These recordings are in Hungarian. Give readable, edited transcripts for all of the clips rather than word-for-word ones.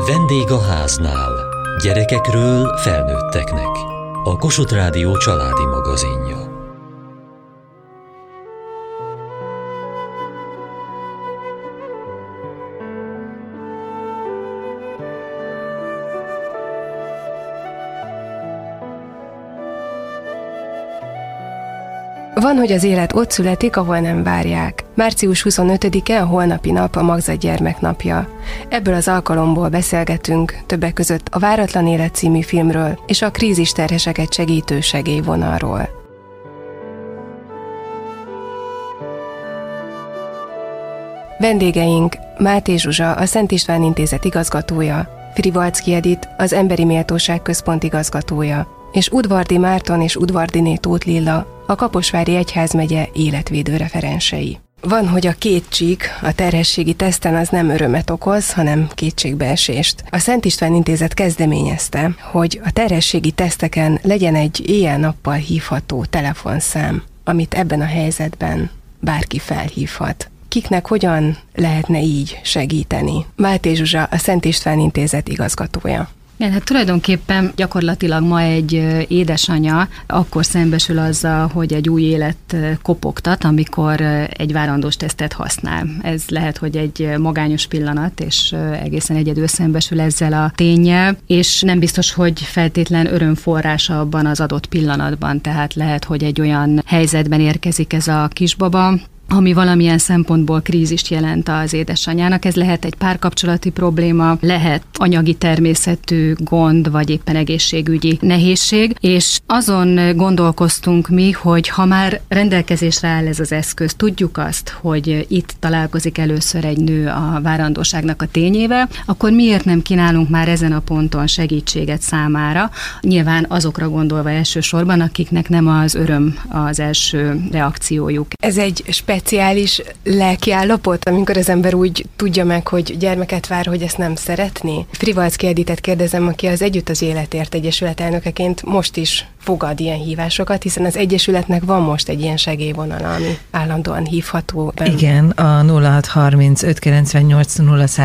Vendég a háznál. Gyerekekről felnőtteknek. A Kossuth Rádió családi magazinja. Van, hogy az élet ott születik, ahol nem várják. Március 25-e a holnapi nap, a Magzat gyermeknapja. Ebből az alkalomból beszélgetünk, többek között a Váratlan élet című filmről és a krízisterheseket segítő segélyvonalról. Vendégeink Máté Zsuzsa, a Szent István Intézet igazgatója, Frivalczky Edit, az Emberi Méltóság Központ igazgatója, és Udvardy Márton és Udvardyné Tóth Lilla, a Kaposvári Egyházmegye életvédő referensei. Van, hogy a kétség a terhességi teszten az nem örömet okoz, hanem kétségbeesést. A Szent István Intézet kezdeményezte, hogy a terhességi teszteken legyen egy éjjel-nappal hívható telefonszám, amit ebben a helyzetben bárki felhívhat. Kiknek hogyan lehetne így segíteni? Máté Zsuzsa, a Szent István Intézet igazgatója. Igen, hát tulajdonképpen gyakorlatilag ma egy édesanya akkor szembesül azzal, hogy egy új élet kopogtat, amikor egy várandós tesztet használ. Ez lehet, hogy egy magányos pillanat, és egészen egyedül szembesül ezzel a ténnyel, és nem biztos, hogy feltétlen örömforrása abban az adott pillanatban, tehát lehet, hogy egy olyan helyzetben érkezik ez a kisbaba, ami valamilyen szempontból krízist jelent az édesanyának. Ez lehet egy párkapcsolati probléma, lehet anyagi természetű gond, vagy éppen egészségügyi nehézség, és azon gondolkoztunk mi, hogy ha már rendelkezésre áll ez az eszköz, tudjuk azt, hogy itt találkozik először egy nő a várandóságnak a tényével, akkor miért nem kínálunk már ezen a ponton segítséget számára, nyilván azokra gondolva elsősorban, akiknek nem az öröm az első reakciójuk. Ez egy speciális lelkiállapot, amikor az ember úgy tudja meg, hogy gyermeket vár, hogy ezt nem szeretné? Frivalczky Editet kérdezem, aki az Együtt az Életért Egyesület elnökeként most is fogad ilyen hívásokat, hiszen az Egyesületnek van most egy ilyen segélyvonala, ami állandóan hívható. Igen, a 0630 598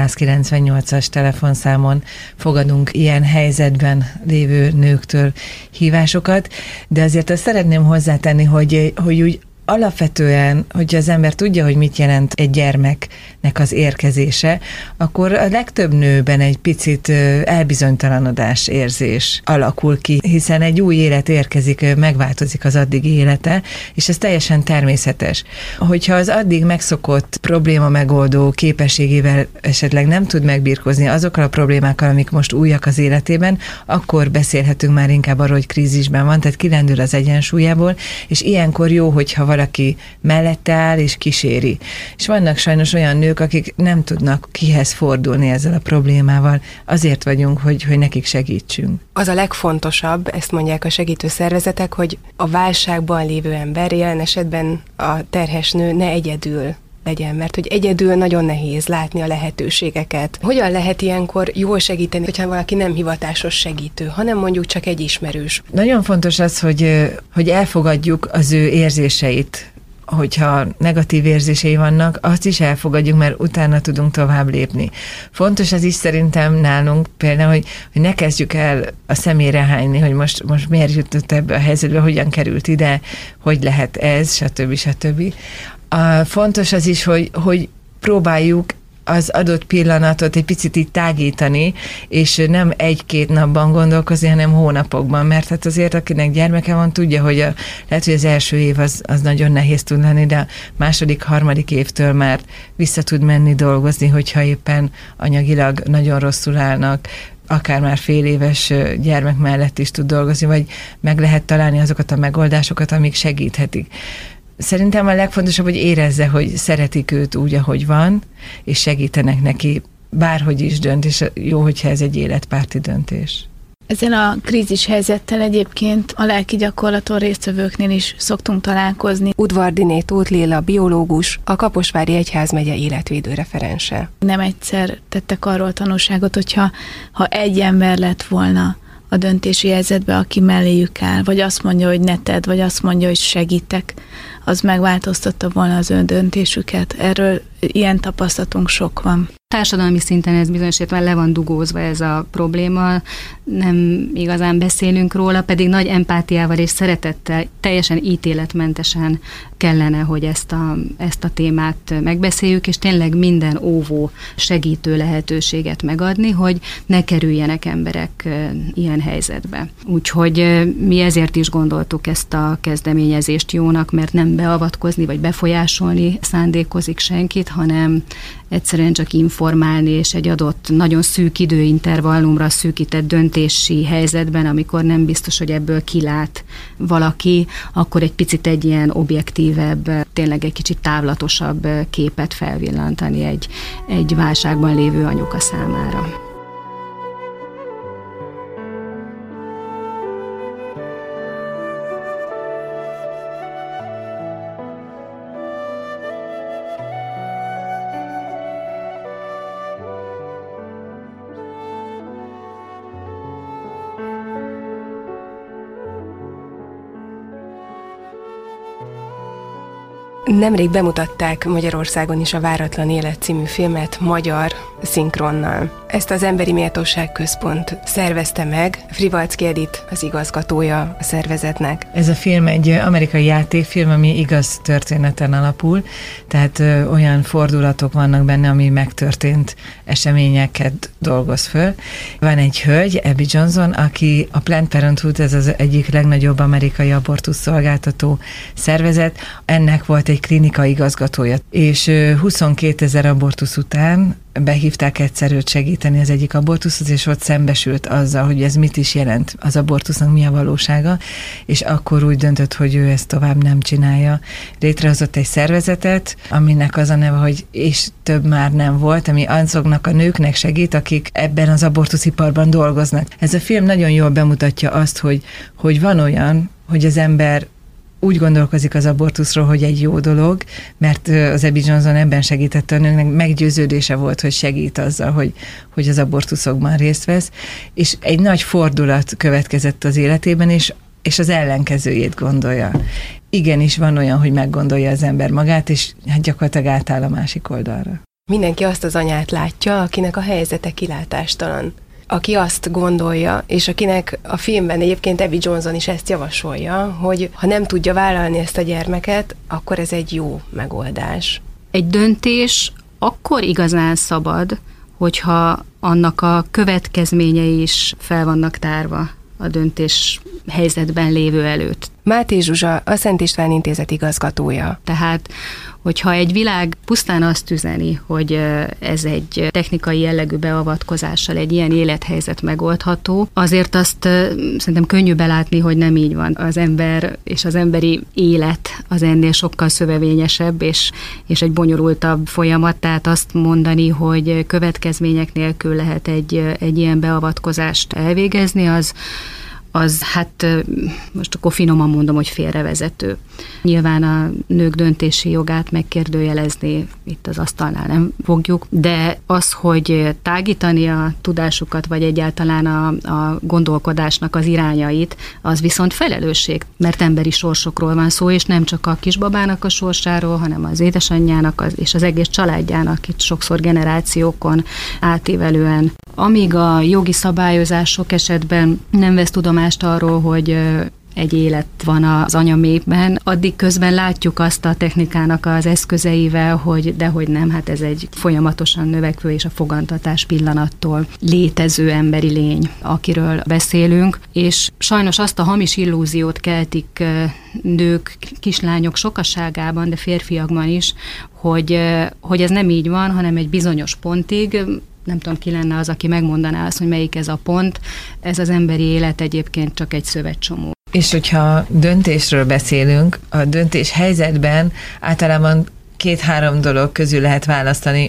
0198-as telefonszámon fogadunk ilyen helyzetben lévő nőktől hívásokat, de azért azt szeretném hozzátenni, hogy úgy alapvetően, hogyha az ember tudja, hogy mit jelent egy gyermeknek az érkezése, akkor a legtöbb nőben egy picit elbizonytalanodás érzés alakul ki, hiszen egy új élet érkezik, megváltozik az addigi élete, és ez teljesen természetes. Hogyha az addig megszokott probléma megoldó képességével esetleg nem tud megbirkózni azokkal a problémákkal, amik most újak az életében, akkor beszélhetünk már inkább arról, hogy krízisben van, tehát kilendül az egyensúlyából, és ilyenkor jó, hogyha valaki mellette áll és kíséri. És vannak sajnos olyan nők, akik nem tudnak kihez fordulni ezzel a problémával. Azért vagyunk, hogy nekik segítsünk. Az a legfontosabb, ezt mondják a segítő szervezetek, hogy a válságban lévő ember, jelen esetben a terhes nő ne egyedül legyen, mert hogy egyedül nagyon nehéz látni a lehetőségeket. Hogyan lehet ilyenkor jól segíteni, hogyha valaki nem hivatásos segítő, hanem mondjuk csak egy ismerős? Nagyon fontos az, hogy elfogadjuk az ő érzéseit. Hogyha negatív érzései vannak, azt is elfogadjuk, mert utána tudunk tovább lépni. Fontos az is szerintem nálunk például, hogy ne kezdjük el a szemére hányni, hogy most miért jutott ebbe a helyzetbe, hogyan került ide, hogy lehet ez, stb. Fontos az is, hogy próbáljuk az adott pillanatot egy picit így tágítani, és nem egy-két napban gondolkozni, hanem hónapokban, mert hát azért, akinek gyermeke van, tudja, hogy lehet, hogy az első év az nagyon nehéz tud lenni, de a második, harmadik évtől már vissza tud menni dolgozni, hogyha éppen anyagilag nagyon rosszul állnak, akár már fél éves gyermek mellett is tud dolgozni, vagy meg lehet találni azokat a megoldásokat, amik segíthetik. Szerintem a legfontosabb, hogy érezze, hogy szeretik őt úgy, ahogy van, és segítenek neki, bárhogy is dönt, és jó, hogyha ez egy életpárti döntés. Ezzel a krízis helyzettel egyébként a lelki gyakorlaton résztvevőknél is szoktunk találkozni. Udvardyné Tóth Lilla, biológus, a Kaposvári Egyházmegye életvédő referense. Nem egyszer tettek arról tanúságot, hogyha egy ember lett volna a döntési helyzetbe, aki melléjük áll, vagy azt mondja, hogy ne tedd, vagy azt mondja, hogy segítek, az megváltoztatta volna az ön döntésüket. Erről ilyen tapasztalatunk sok van. Társadalmi szinten ez bizonyos értelemben le van dugózva ez a probléma, nem igazán beszélünk róla, pedig nagy empátiával és szeretettel, teljesen ítéletmentesen kellene, hogy ezt a témát megbeszéljük, és tényleg minden óvó segítő lehetőséget megadni, hogy ne kerüljenek emberek ilyen helyzetbe. Úgyhogy mi ezért is gondoltuk ezt a kezdeményezést jónak, mert nem beavatkozni vagy befolyásolni szándékozik senkit, hanem egyszerűen csak informálni, és egy adott nagyon szűk időintervallumra szűkített döntési helyzetben, amikor nem biztos, hogy ebből kilát valaki, akkor egy picit egy ilyen objektívebb, tényleg egy kicsit távlatosabb képet felvillantani egy válságban lévő anyuka számára. Nemrég bemutatták Magyarországon is a Váratlan élet című filmet magyar szinkronnal. Ezt az Emberi Méltóság Központ szervezte meg, Frivalczky Edith az igazgatója a szervezetnek. Ez a film egy amerikai játékfilm, ami igaz történeten alapul, tehát olyan fordulatok vannak benne, ami megtörtént eseményeket dolgoz föl. Van egy hölgy, Abby Johnson, aki a Planned Parenthood, ez az egyik legnagyobb amerikai abortusz szolgáltató szervezet, ennek volt egy klinika igazgatója, és 22 000 abortusz után behívták egyszer őt segíteni az egyik abortuszhoz, és ott szembesült azzal, hogy ez mit is jelent, az abortusznak mi a valósága, és akkor úgy döntött, hogy ő ezt tovább nem csinálja. Létrehozott egy szervezetet, aminek az a neve, hogy és több már nem volt, ami azoknak a nőknek segít, akik ebben az abortusziparban dolgoznak. Ez a film nagyon jól bemutatja azt, hogy van olyan, hogy az ember úgy gondolkozik az abortuszról, hogy egy jó dolog, mert az Abby Johnson ebben segített a nőknek, meggyőződése volt, hogy segít azzal, hogy az abortuszokban részt vesz, és egy nagy fordulat következett az életében, és az ellenkezőjét gondolja. Igenis van olyan, hogy meggondolja az ember magát, és hát gyakorlatilag átáll a másik oldalra. Mindenki azt az anyát látja, akinek a helyzete kilátástalan. Aki azt gondolja, és akinek a filmben egyébként Abby Johnson is ezt javasolja, hogy ha nem tudja vállalni ezt a gyermeket, akkor ez egy jó megoldás. Egy döntés akkor igazán szabad, hogyha annak a következményei is fel vannak tárva a döntés helyzetben lévő előtt. Máté Zsuzsa, a Szent István Intézet igazgatója. Tehát, hogyha egy világ pusztán azt üzeni, hogy ez egy technikai jellegű beavatkozással egy ilyen élethelyzet megoldható, azért azt szerintem könnyű belátni, hogy nem így van. Az ember és az emberi élet az ennél sokkal szövevényesebb és egy bonyolultabb folyamat, tehát azt mondani, hogy következmények nélkül lehet egy ilyen beavatkozást elvégezni, az hát most akkor finoman mondom, hogy félrevezető. Nyilván a nők döntési jogát megkérdőjelezni itt az asztalnál nem fogjuk, de az, hogy tágítani a tudásukat, vagy egyáltalán a gondolkodásnak az irányait, az viszont felelősség, mert emberi sorsokról van szó, és nem csak a kisbabának a sorsáról, hanem az édesanyjának és az egész családjának, itt sokszor generációkon átívelően. Amíg a jogi szabályozás sok esetben nem vesz tudomást arról, hogy egy élet van az anyaméhben, addig közben látjuk azt a technikának az eszközeivel, hogy dehogy nem, hát ez egy folyamatosan növekvő és a fogantatás pillanattól létező emberi lény, akiről beszélünk, és sajnos azt a hamis illúziót keltik nők, kislányok sokaságában, de férfiakban is, hogy ez nem így van, hanem egy bizonyos pontig, nem tudom, ki lenne az, aki megmondaná azt, hogy melyik ez a pont, ez az emberi élet egyébként csak egy szövetcsomó. És hogyha döntésről beszélünk, a döntés helyzetben általában 2-3 dolog közül lehet választani,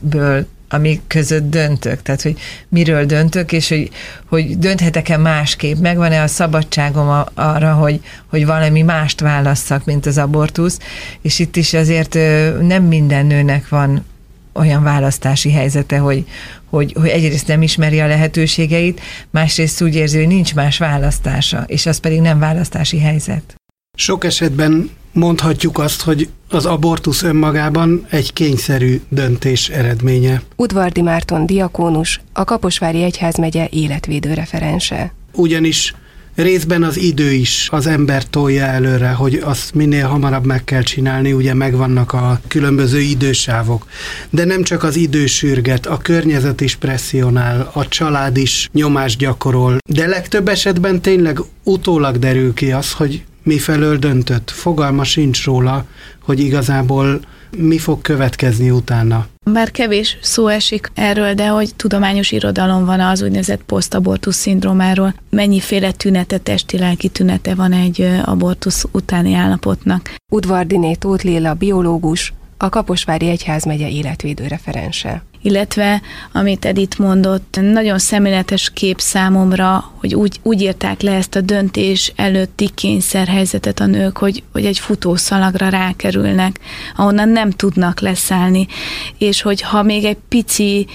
ami között döntök. Tehát, hogy miről döntök, és hogy dönthetek-e másképp. Megvan-e a szabadságom arra, hogy valami mást válasszak, mint az abortusz, és itt is azért nem minden nőnek van olyan választási helyzete, hogy egyrészt nem ismeri a lehetőségeit, másrészt úgy érzi, hogy nincs más választása, és az pedig nem választási helyzet. Sok esetben mondhatjuk azt, hogy az abortusz önmagában egy kényszerű döntés eredménye. Udvardy Márton diakónus, a Kaposvári Egyházmegye életvédő referense. Ugyanis részben az idő is az ember tolja előre, hogy azt minél hamarabb meg kell csinálni, ugye megvannak a különböző idősávok. De nem csak az idő sürget, a környezet is presszionál, a család is nyomást gyakorol. De legtöbb esetben tényleg utólag derül ki az, hogy mifelől döntött. Fogalma sincs róla, hogy igazából mi fog következni utána. Bár kevés szó esik erről, de hogy tudományos irodalom van az úgynevezett posztabortusz szindrómáról, mennyiféle tünete, testi-lelki tünete van egy abortusz utáni állapotnak. Udvardyné Tóth Lilla biológus, a Kaposvári Egyházmegye életvédő referense. Illetve, amit Edith mondott, nagyon szemléletes kép számomra, hogy úgy írták le ezt a döntés előtti kényszerhelyzetet a nők, hogy egy futószalagra rákerülnek, ahonnan nem tudnak leszállni, és hogy ha még egy pici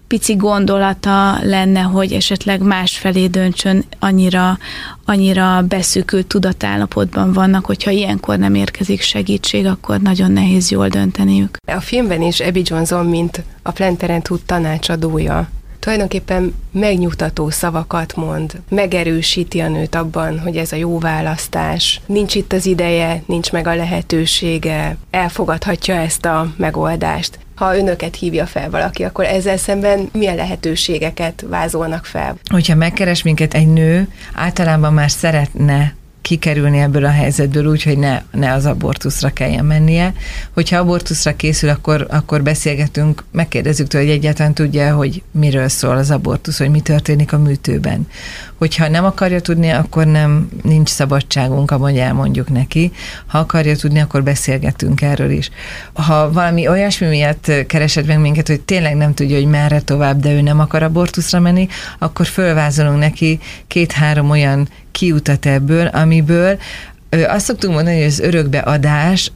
gondolata lenne, hogy esetleg másfelé döntsön, annyira beszűkült tudatállapotban vannak, hogyha ilyenkor nem érkezik segítség, akkor nagyon nehéz jól dönteniük. A filmben is Abby Johnson, mint a Planned Parenthood tanácsadója, tulajdonképpen megnyugtató szavakat mond, megerősíti a nőt abban, hogy ez a jó választás, nincs itt az ideje, nincs meg a lehetősége, elfogadhatja ezt a megoldást. Ha önöket hívja fel valaki, akkor ezzel szemben milyen lehetőségeket vázolnak fel? Hogyha megkeres minket egy nő, általában már szeretne kikerülni ebből a helyzetből úgy, hogy ne az abortuszra kelljen mennie. Hogyha abortuszra készül, akkor beszélgetünk, megkérdezzük tőle, hogy egyáltalán tudja, hogy miről szól az abortusz, hogy mi történik a műtőben. Hogyha nem akarja tudni, akkor nincs szabadságunk, ahogy elmondjuk neki. Ha akarja tudni, akkor beszélgetünk erről is. Ha valami olyasmi miatt keresett meg minket, hogy tényleg nem tudja, hogy merre tovább, de ő nem akar abortuszra menni, akkor fölvázolunk neki 2-3 olyan kiutat ebből, amiből azt szoktunk mondani, hogy az örökbeadás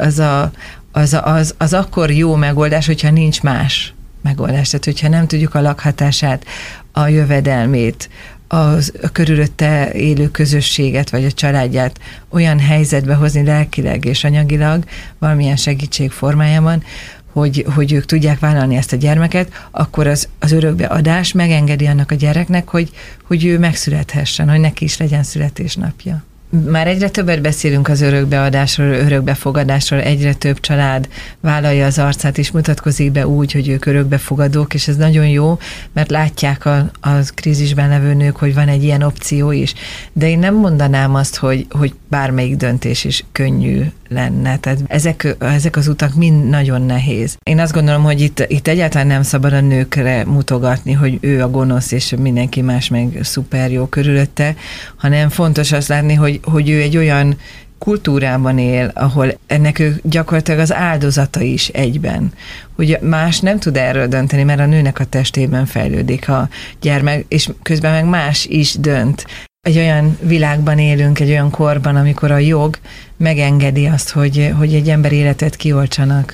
az akkor jó megoldás, hogyha nincs más megoldás. Tehát, hogyha nem tudjuk a lakhatását, a jövedelmét, a körülötte élő közösséget, vagy a családját olyan helyzetbe hozni lelkileg és anyagilag, valamilyen segítség formájában, hogy ők tudják vállalni ezt a gyermeket, akkor az örökbeadás megengedi annak a gyereknek, hogy ő megszülethessen, hogy neki is legyen születésnapja. Már egyre többet beszélünk az örökbeadásról, örökbefogadásról, egyre több család vállalja az arcát, és mutatkozik be úgy, hogy ők örökbefogadók, és ez nagyon jó, mert látják a krízisben levő nők, hogy van egy ilyen opció is. De én nem mondanám azt, hogy bármelyik döntés is könnyű lenne. Tehát ezek az utak mind nagyon nehéz. Én azt gondolom, hogy itt egyáltalán nem szabad a nőkre mutogatni, hogy ő a gonosz, és mindenki más meg szuper jó körülötte, hanem fontos azt látni, hogy ő egy olyan kultúrában él, ahol ennek ő gyakorlatilag az áldozata is egyben. Hogy más nem tud erről dönteni, mert a nőnek a testében fejlődik a gyermek, és közben meg más is dönt. Egy olyan világban élünk, egy olyan korban, amikor a jog megengedi azt, hogy egy ember életet kioltsanak,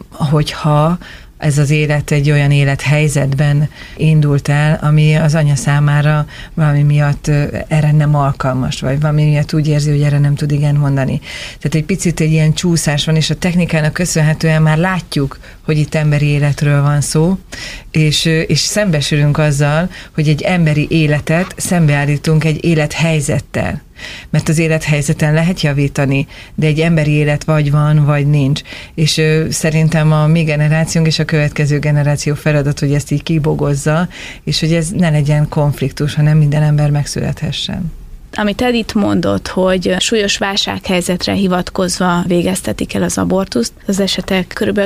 hogyha ez az élet egy olyan élethelyzetben indult el, ami az anya számára valami miatt erre nem alkalmas, vagy valami miatt úgy érzi, hogy erre nem tud igen mondani. Tehát egy picit egy ilyen csúszás van, és a technikának köszönhetően már látjuk, hogy itt emberi életről van szó, és szembesülünk azzal, hogy egy emberi életet szembeállítunk egy élethelyzettel. Mert az élethelyzeten lehet javítani, de egy emberi élet vagy van, vagy nincs. És szerintem a mi generációnk és a következő generáció feladat, hogy ezt így kibogozza, és hogy ez ne legyen konfliktus, hanem minden ember megszülethessen. Amit Edith mondott, hogy súlyos válsághelyzetre hivatkozva végeztetik el az abortuszt, az esetek kb.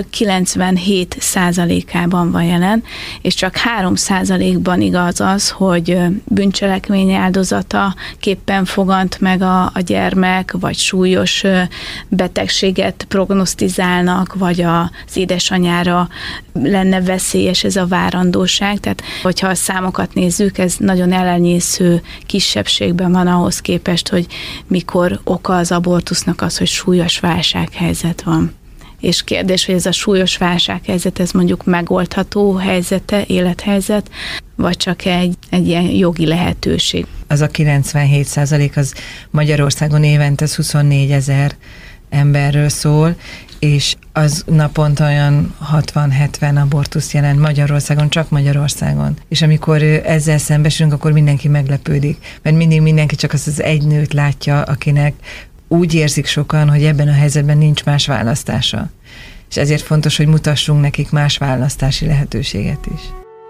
97%-ában van jelen, és csak 3%-ban igaz az, hogy bűncselekmény áldozata képpen fogant meg a gyermek, vagy súlyos betegséget prognosztizálnak, vagy az édesanyára lenne veszélyes ez a várandóság. Tehát, hogyha a számokat nézzük, ez nagyon elenyésző kisebbségben van ahhoz képest, hogy mikor oka az abortusznak az, hogy súlyos válsághelyzet van. És kérdés, hogy ez a súlyos válsághelyzet, ez mondjuk megoldható helyzete, élethelyzet, vagy csak egy ilyen jogi lehetőség. Az a 97% az Magyarországon évente 24 000 emberről szól, és az naponta olyan 60-70 abortusz jelent Magyarországon, csak Magyarországon. És amikor ezzel szembesülünk, akkor mindenki meglepődik, mert mindig mindenki csak azt az egy nőt látja, akinek úgy érzik sokan, hogy ebben a helyzetben nincs más választása. És ezért fontos, hogy mutassunk nekik más választási lehetőséget is.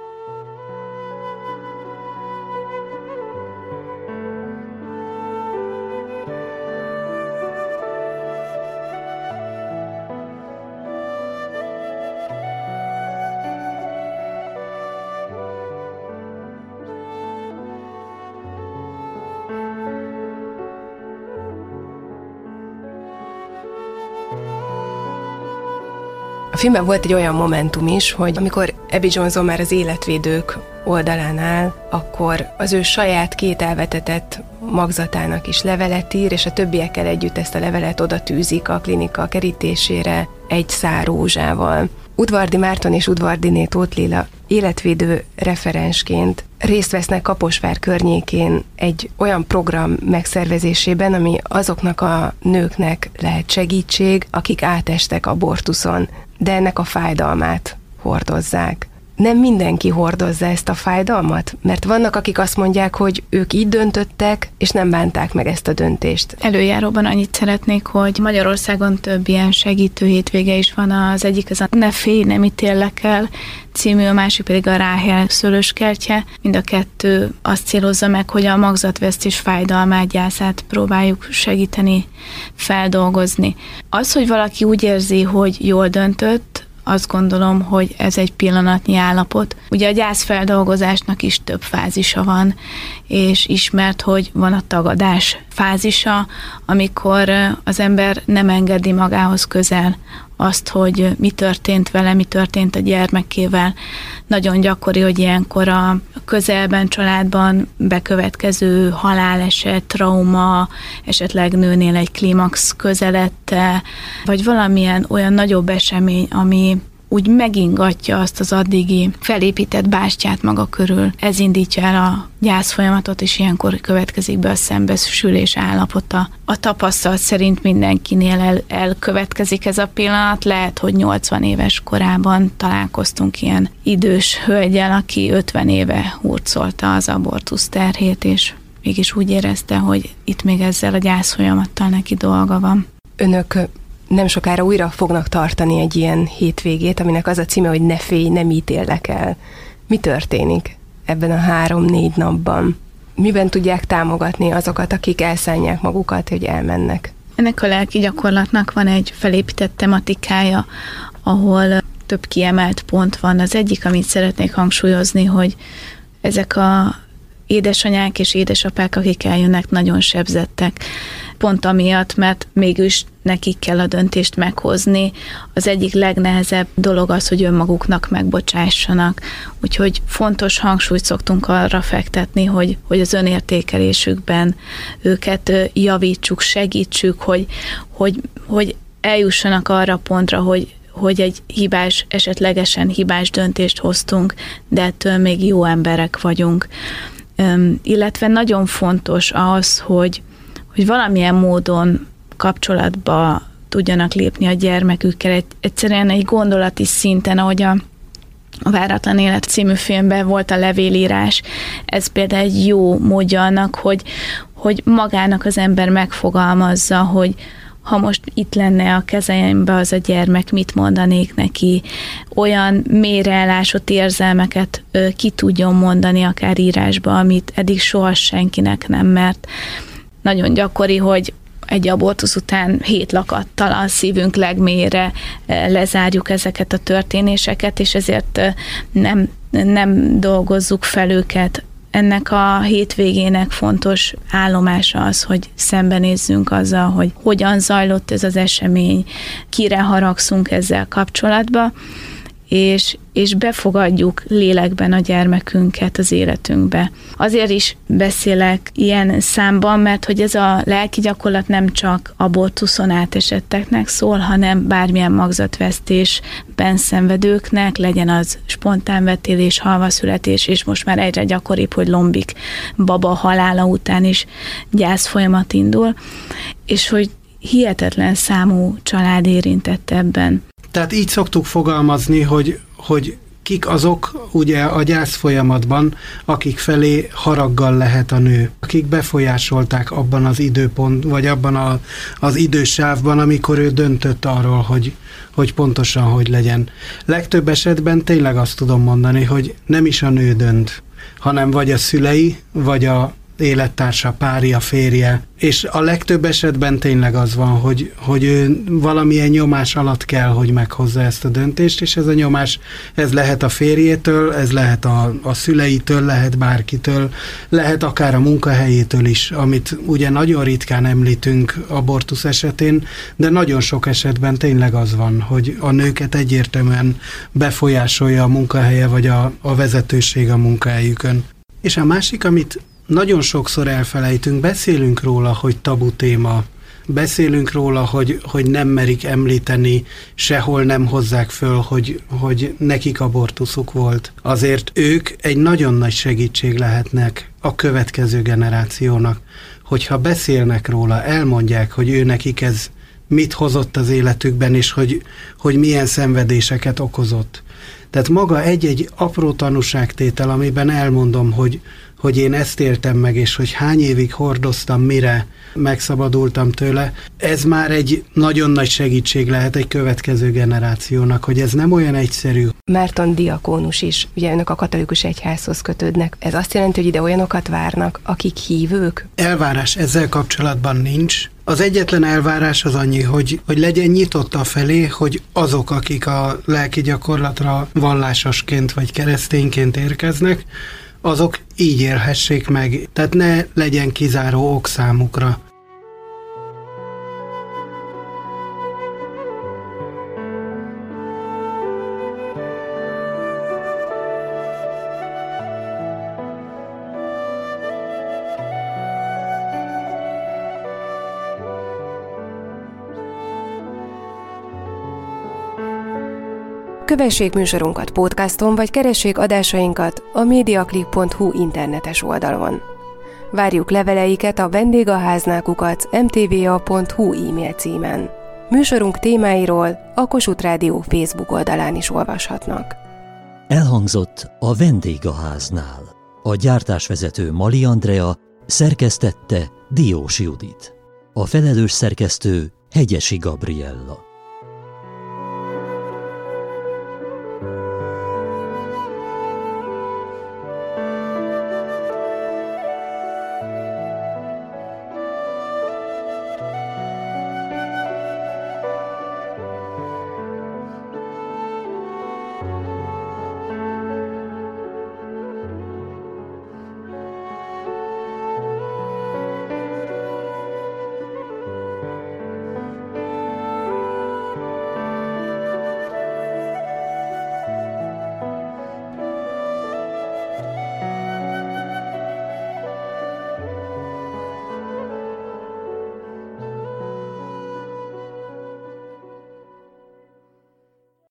A filmben volt egy olyan momentum is, hogy amikor Abby Johnson már az életvédők oldalán áll, akkor az ő saját 2 elvetetett magzatának is levelet ír, és a többiekkel együtt ezt a levelet oda tűzik a klinika kerítésére egy szár rózsával. Udvardy Márton és Udvardyné Tóth Lilla életvédő referensként részt vesznek Kaposvár környékén egy olyan program megszervezésében, ami azoknak a nőknek lehet segítség, akik átestek abortuszon, de ennek a fájdalmát hordozzák. Nem mindenki hordozza ezt a fájdalmat, mert vannak, akik azt mondják, hogy ők így döntöttek, és nem bánták meg ezt a döntést. Előjáróban annyit szeretnék, hogy Magyarországon több ilyen segítő hétvége is van. Az egyik az a Ne félj, nem ítéllek el című, a másik pedig a Ráhel szőlőskertje. Mind a kettő azt célozza meg, hogy a magzatvesztés fájdalmát, gyászát próbáljuk segíteni, feldolgozni. Az, hogy valaki úgy érzi, hogy jól döntött, azt gondolom, hogy ez egy pillanatnyi állapot. Ugye a gyászfeldolgozásnak is több fázisa van, és ismert, hogy van a tagadás fázisa, amikor az ember nem engedi magához közel azt, hogy mi történt vele, mi történt a gyermekével. Nagyon gyakori, hogy ilyenkor a közelben, családban bekövetkező haláleset, trauma, esetleg nőnél egy klímax közelette, vagy valamilyen olyan nagyobb esemény, ami úgy megingatja azt az addigi felépített bástyát maga körül. Ez indítja el a gyászfolyamatot, és ilyenkor következik be a szembesülés állapota. A tapasztalat szerint mindenkinél elkövetkezik ez a pillanat. Lehet, hogy 80 éves korában találkoztunk ilyen idős hölgyel, aki 50 éve hurcolta az abortusz terhét, és mégis úgy érezte, hogy itt még ezzel a gyászfolyamattal neki dolga van. Önök nem sokára újra fognak tartani egy ilyen hétvégét, aminek az a címe, hogy Ne félj, nem ítéllek el. Mi történik ebben a 3-4 napban? Miben tudják támogatni azokat, akik elszánják magukat, hogy elmennek? Ennek a lelki gyakorlatnak van egy felépített tematikája, ahol több kiemelt pont van. Az egyik, amit szeretnék hangsúlyozni, hogy ezek a édesanyák és édesapák, akik eljönnek, nagyon sebzettek. Pont amiatt, mert mégis nekik kell a döntést meghozni. Az egyik legnehezebb dolog az, hogy önmaguknak megbocsássanak. Úgyhogy fontos hangsúlyt szoktunk arra fektetni, hogy az önértékelésükben őket javítsuk, segítsük, hogy eljussanak arra pontra, hogy egy esetlegesen hibás döntést hoztunk, de ettől még jó emberek vagyunk. Illetve nagyon fontos az, hogy valamilyen módon kapcsolatba tudjanak lépni a gyermekükkel. Egyszerűen egy gondolati szinten, ahogy a Váratlan élet című filmben volt a levélírás, ez például egy jó módja annak, hogy magának az ember megfogalmazza, hogy ha most itt lenne a kezeimbe az a gyermek, mit mondanék neki, olyan mélyre elásott érzelmeket ki tudjon mondani akár írásba, amit eddig soha senkinek nem mert. Nagyon gyakori, hogy egy abortusz után 7 lakattal a szívünk legmélyre lezárjuk ezeket a történéseket, és ezért nem dolgozzuk fel őket. Ennek a hétvégének fontos állomása az, hogy szembenézzünk azzal, hogy hogyan zajlott ez az esemény, kire haragszunk ezzel kapcsolatba, és befogadjuk lélekben a gyermekünket az életünkbe. Azért is beszélek ilyen számban, mert hogy ez a lelki gyakorlat nem csak abortuszon átesetteknek szól, hanem bármilyen magzatvesztésben szenvedőknek, legyen az spontánvetélés, halmaszületés, és most már egyre gyakoribb, hogy lombik baba halála után is gyászfolyamat indul, és hogy hihetetlen számú család érintett ebben. Tehát így szoktuk fogalmazni, hogy kik azok ugye a gyász folyamatban, akik felé haraggal lehet a nő, akik befolyásolták abban az időpont, vagy abban az idősávban, amikor ő döntött arról, hogy pontosan hogy legyen. Legtöbb esetben tényleg azt tudom mondani, hogy nem is a nő dönt, hanem vagy a szülei, vagy a élettársa, párja, férje, és a legtöbb esetben tényleg az van, hogy ő valamilyen nyomás alatt kell, hogy meghozza ezt a döntést, és ez a nyomás, ez lehet a férjétől, ez lehet a szüleitől, lehet bárkitől, lehet akár a munkahelyétől is, amit ugye nagyon ritkán említünk abortusz esetén, de nagyon sok esetben tényleg az van, hogy a nőket egyértelműen befolyásolja a munkahelye, vagy a vezetőség a munkahelyükön. És a másik, amit nagyon sokszor elfelejtünk, beszélünk róla, hogy tabu téma, beszélünk róla, hogy nem merik említeni, sehol nem hozzák föl, hogy nekik abortuszuk volt. Azért ők egy nagyon nagy segítség lehetnek a következő generációnak, hogyha beszélnek róla, elmondják, hogy ő nekik ez mit hozott az életükben, és hogy milyen szenvedéseket okozott. Tehát maga egy-egy apró tanúságtétel, amiben elmondom, hogy én ezt éltem meg, és hogy hány évig hordoztam, mire megszabadultam tőle, ez már egy nagyon nagy segítség lehet egy következő generációnak, hogy ez nem olyan egyszerű. Márton diakónus is, ugye önök a katolikus egyházhoz kötődnek. Ez azt jelenti, hogy ide olyanokat várnak, akik hívők? Elvárás ezzel kapcsolatban nincs. Az egyetlen elvárás az annyi, hogy legyen nyitott a felé, hogy azok, akik a lelki gyakorlatra vallásosként vagy keresztényként érkeznek, azok így élhessék meg, tehát ne legyen kizáró ok számukra. Kövessék műsorunkat podcaston, vagy keressék adásainkat a mediaclick.hu internetes oldalon. Várjuk leveleiket a vendégháznál@mtva.hu e-mail címen. Műsorunk témáiról a Kossuth Rádió Facebook oldalán is olvashatnak. Elhangzott a Vendégháznál. A gyártásvezető Mali Andrea, szerkesztette Diós Judit. A felelős szerkesztő Hegyesi Gabriella.